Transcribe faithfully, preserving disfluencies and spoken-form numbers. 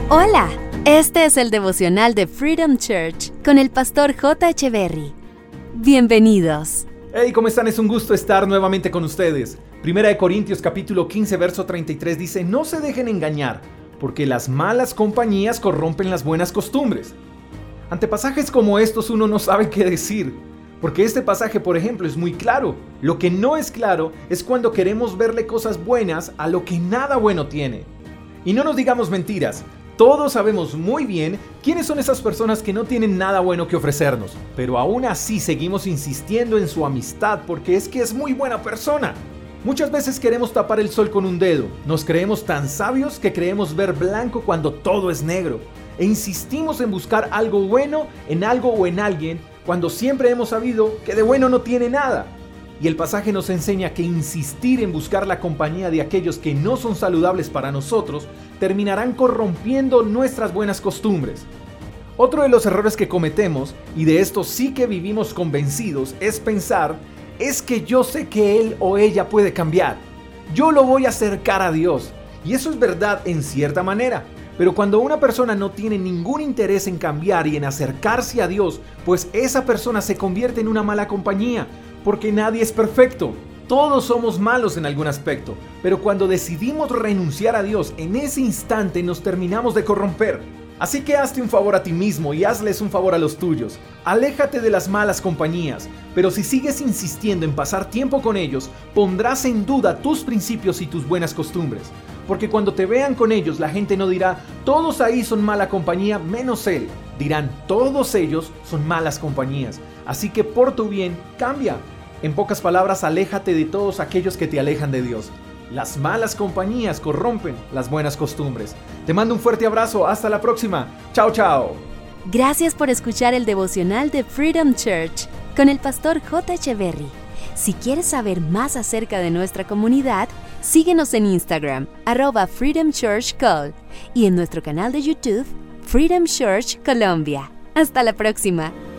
Hola, este es el devocional de Freedom Church con el pastor J. Echeverry. Bienvenidos. Hey, ¿cómo están? Es un gusto estar nuevamente con ustedes. Primera de Corintios capítulo quince, verso treinta y tres dice: no se dejen engañar, porque las malas compañías corrompen las buenas costumbres. Ante pasajes como estos uno no sabe qué decir, porque este pasaje, por ejemplo, es muy claro. Lo que no es claro es cuando queremos verle cosas buenas a lo que nada bueno tiene. Y no nos digamos mentiras. Todos sabemos muy bien quiénes son esas personas que no tienen nada bueno que ofrecernos, pero aún así seguimos insistiendo en su amistad porque es que es muy buena persona. Muchas veces queremos tapar el sol con un dedo, nos creemos tan sabios que creemos ver blanco cuando todo es negro, e insistimos en buscar algo bueno en algo o en alguien cuando siempre hemos sabido que de bueno no tiene nada. Y el pasaje nos enseña que insistir en buscar la compañía de aquellos que no son saludables para nosotros terminarán corrompiendo nuestras buenas costumbres. Otro de los errores que cometemos, y de esto sí que vivimos convencidos, es pensar, es que yo sé que él o ella puede cambiar. Yo lo voy a acercar a Dios. Y eso es verdad en cierta manera. Pero cuando una persona no tiene ningún interés en cambiar y en acercarse a Dios, pues esa persona se convierte en una mala compañía. Porque nadie es perfecto, todos somos malos en algún aspecto, pero cuando decidimos renunciar a Dios, en ese instante nos terminamos de corromper. Así que hazte un favor a ti mismo y hazles un favor a los tuyos. Aléjate de las malas compañías, pero si sigues insistiendo en pasar tiempo con ellos, pondrás en duda tus principios y tus buenas costumbres. Porque cuando te vean con ellos, la gente no dirá, todos ahí son mala compañía menos él. Dirán, todos ellos son malas compañías. Así que por tu bien, cambia. En pocas palabras, aléjate de todos aquellos que te alejan de Dios. Las malas compañías corrompen las buenas costumbres. Te mando un fuerte abrazo. Hasta la próxima. Chao, chao. Gracias por escuchar el devocional de Freedom Church con el pastor J. Echeverry. Si quieres saber más acerca de nuestra comunidad, síguenos en Instagram, arroba Freedom Church Call, y en nuestro canal de YouTube, Freedom Church Colombia. Hasta la próxima.